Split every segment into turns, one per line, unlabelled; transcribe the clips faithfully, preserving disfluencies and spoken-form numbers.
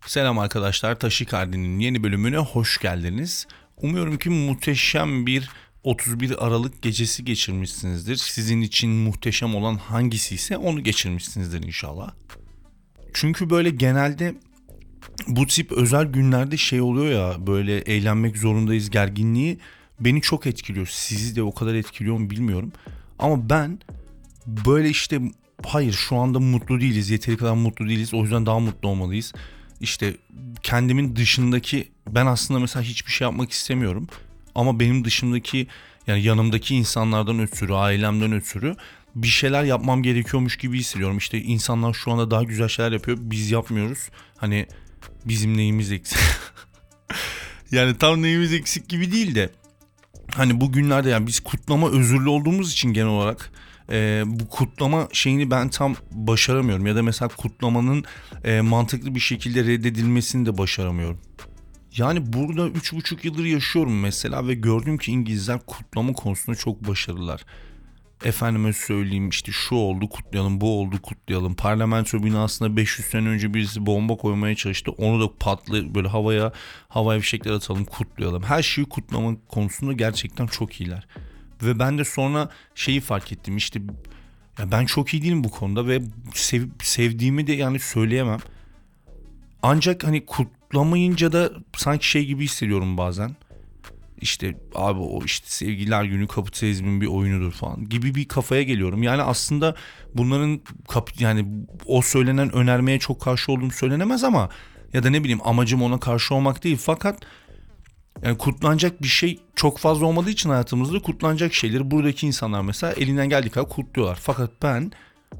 Selam arkadaşlar, Taşikardi'nin yeni bölümüne hoş geldiniz. Umuyorum ki muhteşem bir otuz bir Aralık gecesi geçirmişsinizdir. Sizin için muhteşem olan hangisi ise onu geçirmişsinizdir inşallah. Çünkü böyle genelde bu tip özel günlerde şey oluyor ya, böyle eğlenmek zorundayız gerginliği beni çok etkiliyor. Sizi de o kadar etkiliyor mu bilmiyorum. Ama ben böyle işte hayır şu anda mutlu değiliz, yeteri kadar mutlu değiliz, o yüzden daha mutlu olmalıyız. İşte kendimin dışındaki ben aslında mesela hiçbir şey yapmak istemiyorum. Ama benim dışımdaki yani yanımdaki insanlardan ötürü, ailemden ötürü bir şeyler yapmam gerekiyormuş gibi hissediyorum. İşte insanlar şu anda daha güzel şeyler yapıyor, biz yapmıyoruz. Hani bizim neyimiz eksik? Yani tam neyimiz eksik gibi değil de hani bugünlerde yani biz kutlama özürlü olduğumuz için genel olarak e, bu kutlama şeyini ben tam başaramıyorum. Ya da mesela kutlamanın e, mantıklı bir şekilde reddedilmesini de başaramıyorum. Yani burada üç buçuk yıldır yaşıyorum mesela ve gördüm ki İngilizler kutlama konusunda çok başarılılar. Efendime söyleyeyim işte şu oldu kutlayalım, bu oldu kutlayalım. Parlamento binasına beş yüz sene önce birisi bomba koymaya çalıştı. Onu da patlı böyle havaya havaya fişekler atalım, kutlayalım. Her şeyi kutlama konusunda gerçekten çok iyiler. Ve ben de sonra şeyi fark ettim işte ya ben çok iyi değilim bu konuda ve sev, sevdiğimi de yani söyleyemem. Ancak hani kutlamayınca da sanki şey gibi hissediyorum bazen. İşte abi o işte sevgililer günü kapitalizmin bir oyunudur falan gibi bir kafaya geliyorum. Yani aslında bunların kap- yani o söylenen önermeye çok karşı olduğum söylenemez ama ya da ne bileyim amacım ona karşı olmak değil. Fakat yani kutlanacak bir şey çok fazla olmadığı için hayatımızda kutlanacak şeyleri buradaki insanlar mesela elinden geldiği kadar kutluyorlar. Fakat ben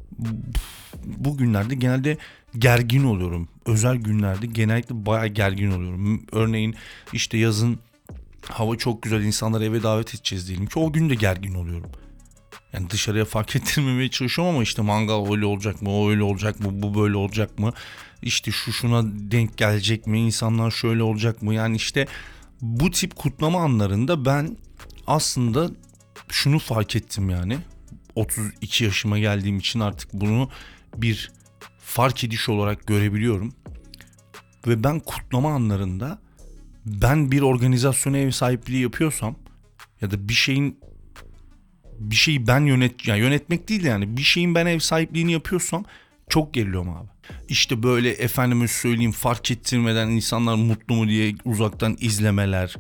bu günlerde genelde gergin oluyorum. Özel günlerde genellikle bayağı gergin oluyorum. Örneğin işte yazın hava çok güzel, insanları eve davet edeceğiz diyelim ki o gün de gergin oluyorum. Yani dışarıya fark ettirmemeye çalışıyorum ama işte mangal öyle olacak mı, o öyle olacak mı, bu böyle olacak mı? İşte şu şuna denk gelecek mi, insanlar şöyle olacak mı? Yani işte bu tip kutlama anlarında ben aslında şunu fark ettim yani. otuz iki yaşıma geldiğim için artık bunu bir fark ediş olarak görebiliyorum. Ve ben kutlama anlarında ben bir organizasyona ev sahipliği yapıyorsam ya da bir şeyin bir şeyi ben yönet yani yönetmek değil de yani bir şeyin ben ev sahipliğini yapıyorsam çok geriliyorum abi. İşte böyle efendime söyleyeyim fark ettirmeden insanlar mutlu mu diye uzaktan izlemeler,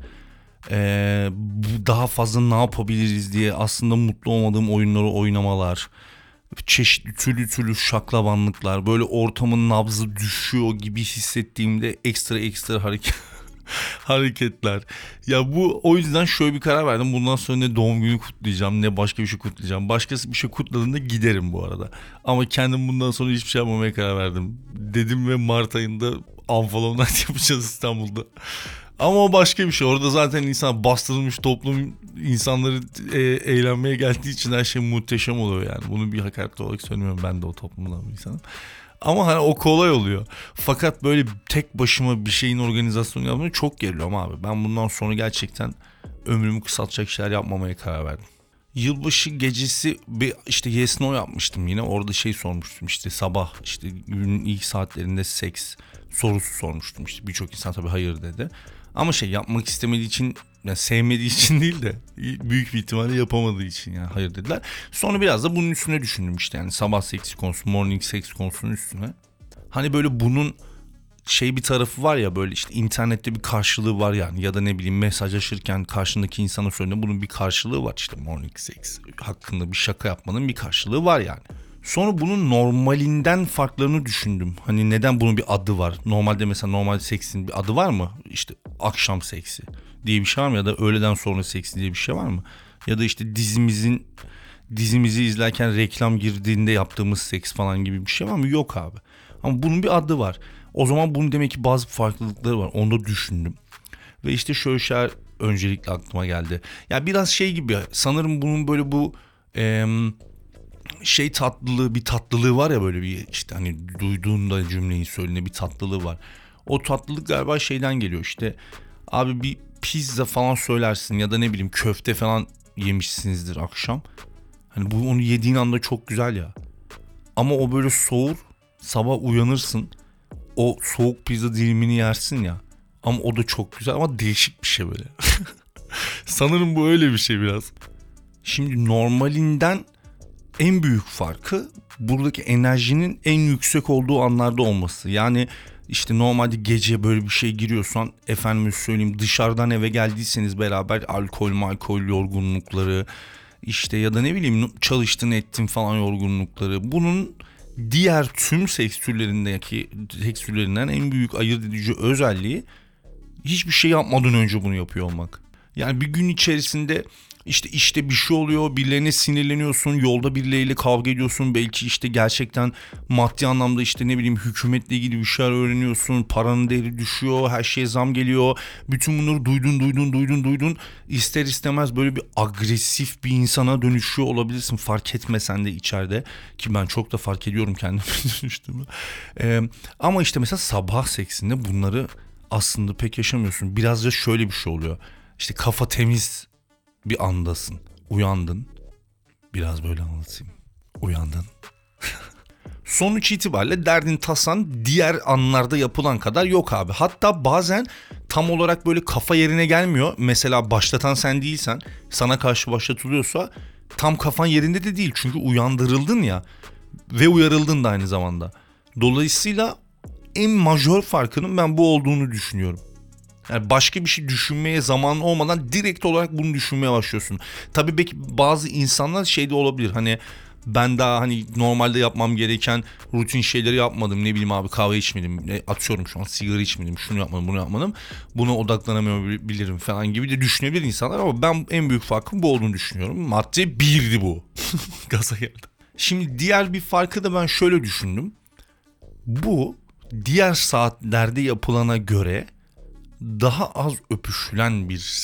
ee, daha fazla ne yapabiliriz diye aslında mutlu olmadığım oyunları oynamalar, çeşitli türlü türlü şaklabanlıklar, böyle ortamın nabzı düşüyor gibi hissettiğimde ekstra ekstra hareket hareketler. Ya bu o yüzden şöyle bir karar verdim. Bundan sonra ne doğum günü kutlayacağım ne başka bir şey kutlayacağım. Başkası bir şey kutladığında giderim bu arada. Ama kendim bundan sonra hiçbir şey yapmamaya karar verdim. Dedim ve Mart ayında Unfollow Night yapacağız İstanbul'da. Ama o başka bir şey. Orada zaten insan bastırılmış toplum insanları e, eğlenmeye geldiği için her şey muhteşem oluyor yani. Bunu bir hakaret olarak söylemiyorum. Ben de o toplumdan bir insanım. Ama hani o kolay oluyor. Fakat böyle tek başıma bir şeyin organizasyonu yapmayı çok geriliyorum abi. Ben bundan sonra gerçekten ömrümü kısaltacak şeyler yapmamaya karar verdim. Yılbaşı gecesi bir işte Yes No yapmıştım yine. Orada şey sormuştum işte sabah işte günün ilk saatlerinde seks sorusu sormuştum. İşte birçok insan tabii hayır dedi. Ama şey yapmak istemediği için yani sevmediği için değil de büyük bir ihtimalle yapamadığı için yani hayır dediler. Sonra biraz da bunun üstüne düşündüm işte yani sabah seksi konusu, morning sex konusunun üstüne. Hani böyle bunun şey bir tarafı var ya böyle işte internette bir karşılığı var yani ya da ne bileyim mesajlaşırken karşındaki insana söylediğinde bunun bir karşılığı var işte morning sex hakkında bir şaka yapmanın bir karşılığı var yani. Sonra bunun normalinden farklarını düşündüm. Hani neden bunun bir adı var? Normalde mesela normal seksin bir adı var mı? İşte akşam seksi diye bir şey var mı? Ya da öğleden sonra seksi diye bir şey var mı? Ya da işte dizimizin dizimizi izlerken reklam girdiğinde yaptığımız seks falan gibi bir şey var mı? Yok abi. Ama bunun bir adı var. O zaman bunun demek ki bazı farklılıkları var. Onu da düşündüm. Ve işte şöyle şeyler öncelikle aklıma geldi. Ya biraz şey gibi sanırım bunun böyle bu e, şey tatlılığı bir tatlılığı var ya böyle bir işte hani duyduğunda cümleyi söylediğinde bir tatlılığı var. O tatlılık galiba şeyden geliyor işte abi bir pizza falan söylersin ya da ne bileyim köfte falan yemişsinizdir akşam. Hani bu onu yediğin anda çok güzel ya. Ama o böyle soğur sabah uyanırsın. o soğuk pizza dilimini yersin ya. Ama o da çok güzel ama değişik bir şey böyle. Sanırım bu öyle bir şey biraz. Şimdi normalinden en büyük farkı buradaki enerjinin en yüksek olduğu anlarda olması. Yani işte normalde gece böyle bir şey giriyorsan, efendime söyleyeyim, dışarıdan eve geldiyseniz beraber alkol malkol yorgunlukları, işte ya da ne bileyim çalıştın ettin falan yorgunlukları. Bunun diğer tüm seks türlerindeki seks türlerinden en büyük ayırt edici özelliği hiçbir şey yapmadan önce bunu yapıyor olmak. Yani bir gün içerisinde işte işte bir şey oluyor, birilerine sinirleniyorsun, yolda birileriyle kavga ediyorsun, belki işte gerçekten maddi anlamda işte ne bileyim hükümetle ilgili bir şeyler öğreniyorsun, paranın değeri düşüyor, her şeye zam geliyor, bütün bunları duydun duydun duydun duydun, ister istemez böyle bir agresif bir insana dönüşüyor olabilirsin fark etmesen de içeride, ki ben çok da fark ediyorum kendimi dönüştüğümü. Ee, ama işte mesela sabah seksinde bunları aslında pek yaşamıyorsun. Biraz da şöyle bir şey oluyor. İşte kafa temiz bir andasın. Uyandın. Biraz böyle anlatayım. Uyandın. Sonuç itibariyle derdin tasan diğer anlarda yapılan kadar yok abi. Hatta bazen tam olarak böyle kafa yerine gelmiyor. Mesela başlatan sen değilsen, sana karşı başlatılıyorsa tam kafan yerinde de değil. Çünkü uyandırıldın ya ve uyarıldın da aynı zamanda. Dolayısıyla en majör farkının ben bu olduğunu düşünüyorum. Yani başka bir şey düşünmeye zaman olmadan direkt olarak bunu düşünmeye başlıyorsun. Tabii belki bazı insanlar şey de olabilir. Hani ben daha hani normalde yapmam gereken rutin şeyleri yapmadım. Ne bileyim abi, kahve içmedim. Atıyorum şu an sigara içmedim. Şunu yapmadım, bunu yapmadım. Buna odaklanamıyorum falan gibi de düşünebilir insanlar. Ama ben en büyük farkın bu olduğunu düşünüyorum. Madde birdi bu. Gaza geldim. Şimdi diğer bir farkı da ben şöyle düşündüm. Bu diğer saatlerde yapılana göre daha az öpüşülen bir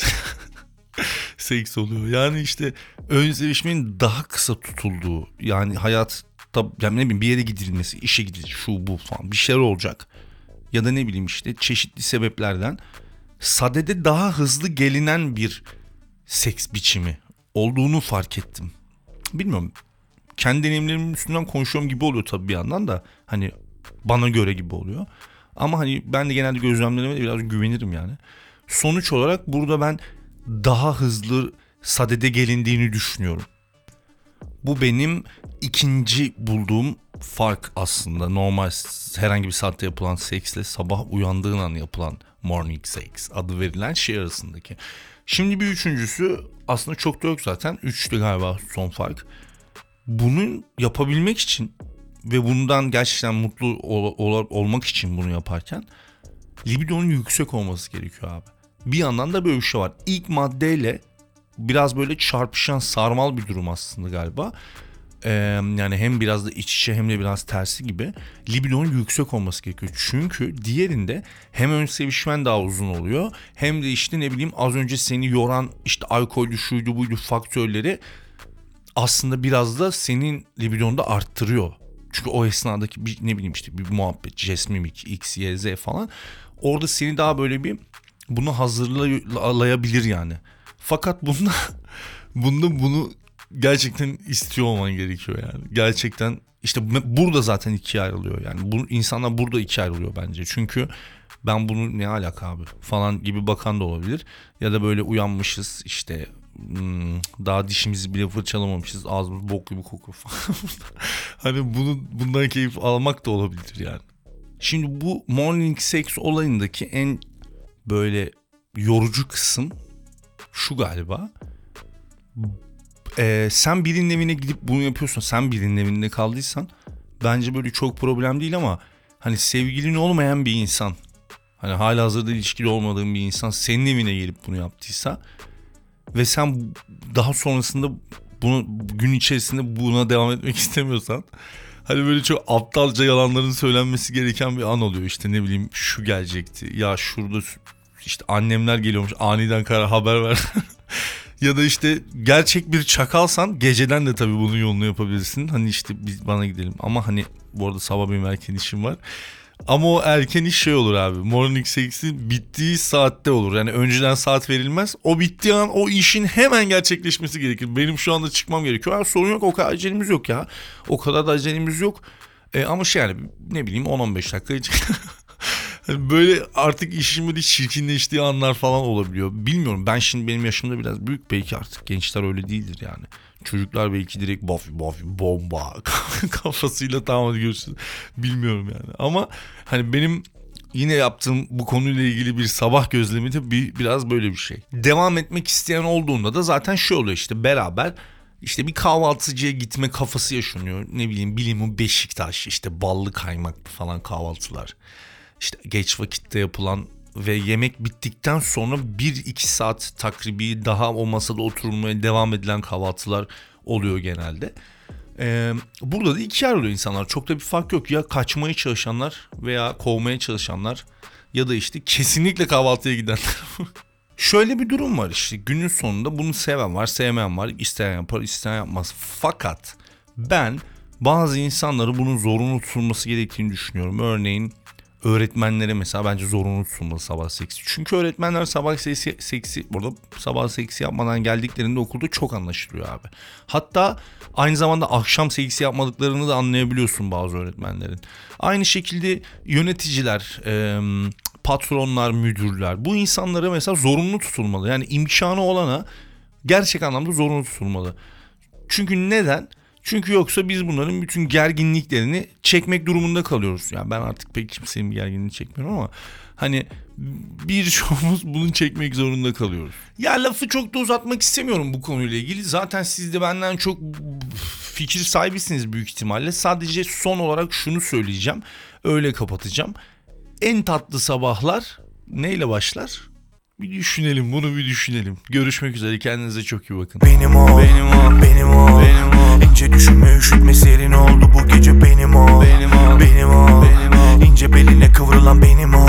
seks oluyor. Yani işte ön sevişmenin daha kısa tutulduğu, yani hayatta yani ne bileyim bir yere gidilmesi, işe gidilecek, şu bu falan bir şeyler olacak. Ya da ne bileyim işte çeşitli sebeplerden sadede daha hızlı gelinen bir seks biçimi olduğunu fark ettim. Bilmiyorum. Kendi deneyimlerimin üstünden konuşuyorum gibi oluyor tabii bir yandan da. Hani bana göre gibi oluyor. Ama hani ben de genelde gözlemlerime de biraz güvenirim yani. Sonuç olarak burada ben daha hızlı sadede gelindiğini düşünüyorum. Bu benim ikinci bulduğum fark aslında. Normal herhangi bir saatte yapılan seksle sabah uyandığın an yapılan morning sex adı verilen şey arasındaki. Şimdi bir üçüncüsü aslında çok da yok zaten. Üçtü galiba son fark. Bunu yapabilmek için ve bundan gerçekten mutlu ol, ol, olmak için bunu yaparken libidonun yüksek olması gerekiyor abi. Bir yandan da böyle bir şey var. İlk maddeyle biraz böyle çarpışan sarmal bir durum aslında galiba. Ee, yani hem biraz da iç içe hem de biraz tersi gibi. Libidonun yüksek olması gerekiyor. Çünkü diğerinde hem ön sevişmen daha uzun oluyor. Hem de işte ne bileyim az önce seni yoran işte alkollü şuydu buydu faktörleri aslında biraz da senin libidonu da arttırıyor. Çünkü o esnadaki bir ne bileyim işte bir muhabbet, jest, mimik, X, Y, Z falan. Orada seni daha böyle bir bunu hazırlayabilir yani. Fakat bunda bunda bunu gerçekten istiyor olman gerekiyor yani. Gerçekten işte burada zaten ikiye ayrılıyor yani. Bu insanlar burada ikiye ayrılıyor bence. Çünkü ben bunu ne alaka abi falan gibi bakan da olabilir. Ya da böyle uyanmışız işte Hmm, daha dişimizi bile fırçalamamışız, ağzımız bok gibi kokuyor falan. Hani bunu bundan keyif almak da olabilir yani. Şimdi bu morning sex olayındaki en böyle yorucu kısım şu galiba. Ee, sen birinin evine gidip bunu yapıyorsan, sen birinin evinde kaldıysan bence böyle çok problem değil ama hani sevgilin olmayan bir insan, hani halihazırda ilişkili olmadığın bir insan senin evine gelip bunu yaptıysa ve sen daha sonrasında bunu gün içerisinde buna devam etmek istemiyorsan hani böyle çok aptalca yalanların söylenmesi gereken bir an oluyor. İşte ne bileyim şu gelecekti ya, şurada işte annemler geliyormuş, aniden karar haber ver. Ya da işte gerçek bir çakalsan geceden de tabii bunun yolunu yapabilirsin. Hani işte biz bana gidelim ama hani bu arada sabah benim erken işim var. Ama o erken iş şey olur abi. Morning sex'in bittiği saatte olur. Yani önceden saat verilmez. O bittiği an o işin hemen gerçekleşmesi gerekir. Benim şu anda çıkmam gerekiyor. Ha, sorun yok, o kadar acelemiz yok ya. O kadar da acelemiz yok. E, ama şey yani ne bileyim on on beş dakika Hani böyle artık işin böyle çirkinleştiği anlar falan olabiliyor. Bilmiyorum, ben şimdi benim yaşımda biraz büyük, belki artık gençler öyle değildir yani. Çocuklar belki direkt Buffy Buffy bomba kafasıyla tamam hadi görüşürüz. Bilmiyorum yani. Ama hani benim yine yaptığım bu konuyla ilgili bir sabah gözlemi de bir, biraz böyle bir şey. Devam etmek isteyen olduğunda da zaten şu oluyor, işte beraber işte bir kahvaltıcıya gitme kafası yaşanıyor. Ne bileyim bileyim Beşiktaş, işte ballı kaymak falan kahvaltılar. İşte geç vakitte yapılan ve yemek bittikten sonra bir iki saat takribi daha o masada oturmaya devam edilen kahvaltılar oluyor genelde. Ee, burada da ikiye ayrılıyor insanlar. Çok da bir fark yok. Ya kaçmaya çalışanlar veya kovmaya çalışanlar ya da işte kesinlikle kahvaltıya gidenler. Şöyle bir durum var işte. Günün sonunda bunu seven var, sevmeyen var. İsteyen yapar, isteyen yapmaz. Fakat ben bazı insanları bunun zorunlu tutulması gerektiğini düşünüyorum. Örneğin öğretmenlere mesela bence zorunlu tutulmalı sabah seksi. Çünkü öğretmenler sabah seksi, seksi burada sabah seksi yapmadan geldiklerinde okulda çok anlaşılıyor abi. Hatta aynı zamanda akşam seksi yapmadıklarını da anlayabiliyorsun bazı öğretmenlerin. Aynı şekilde yöneticiler, e, patronlar, müdürler, bu insanlara mesela zorunlu tutulmalı. Yani imkanı olana gerçek anlamda zorunlu tutulmalı. Çünkü neden? Çünkü yoksa biz bunların bütün gerginliklerini çekmek durumunda kalıyoruz. Yani ben artık pek kimsenin gerginliğini çekmiyorum ama hani birçoğumuz bunu çekmek zorunda kalıyoruz. Ya lafı çok da uzatmak istemiyorum bu konuyla ilgili. Zaten siz de benden çok fikir sahibisiniz büyük ihtimalle. Sadece son olarak şunu söyleyeceğim. Öyle kapatacağım. En tatlı sabahlar neyle başlar? Bir düşünelim, bunu bir düşünelim. Görüşmek üzere, kendinize çok iyi bakın.
Benim o, benim o, benim o, benim o. İnce düşünme, üşütme, serin oldu bu gece benim o, benim o, benim o, benim o. İnce beline kıvrılan benim o.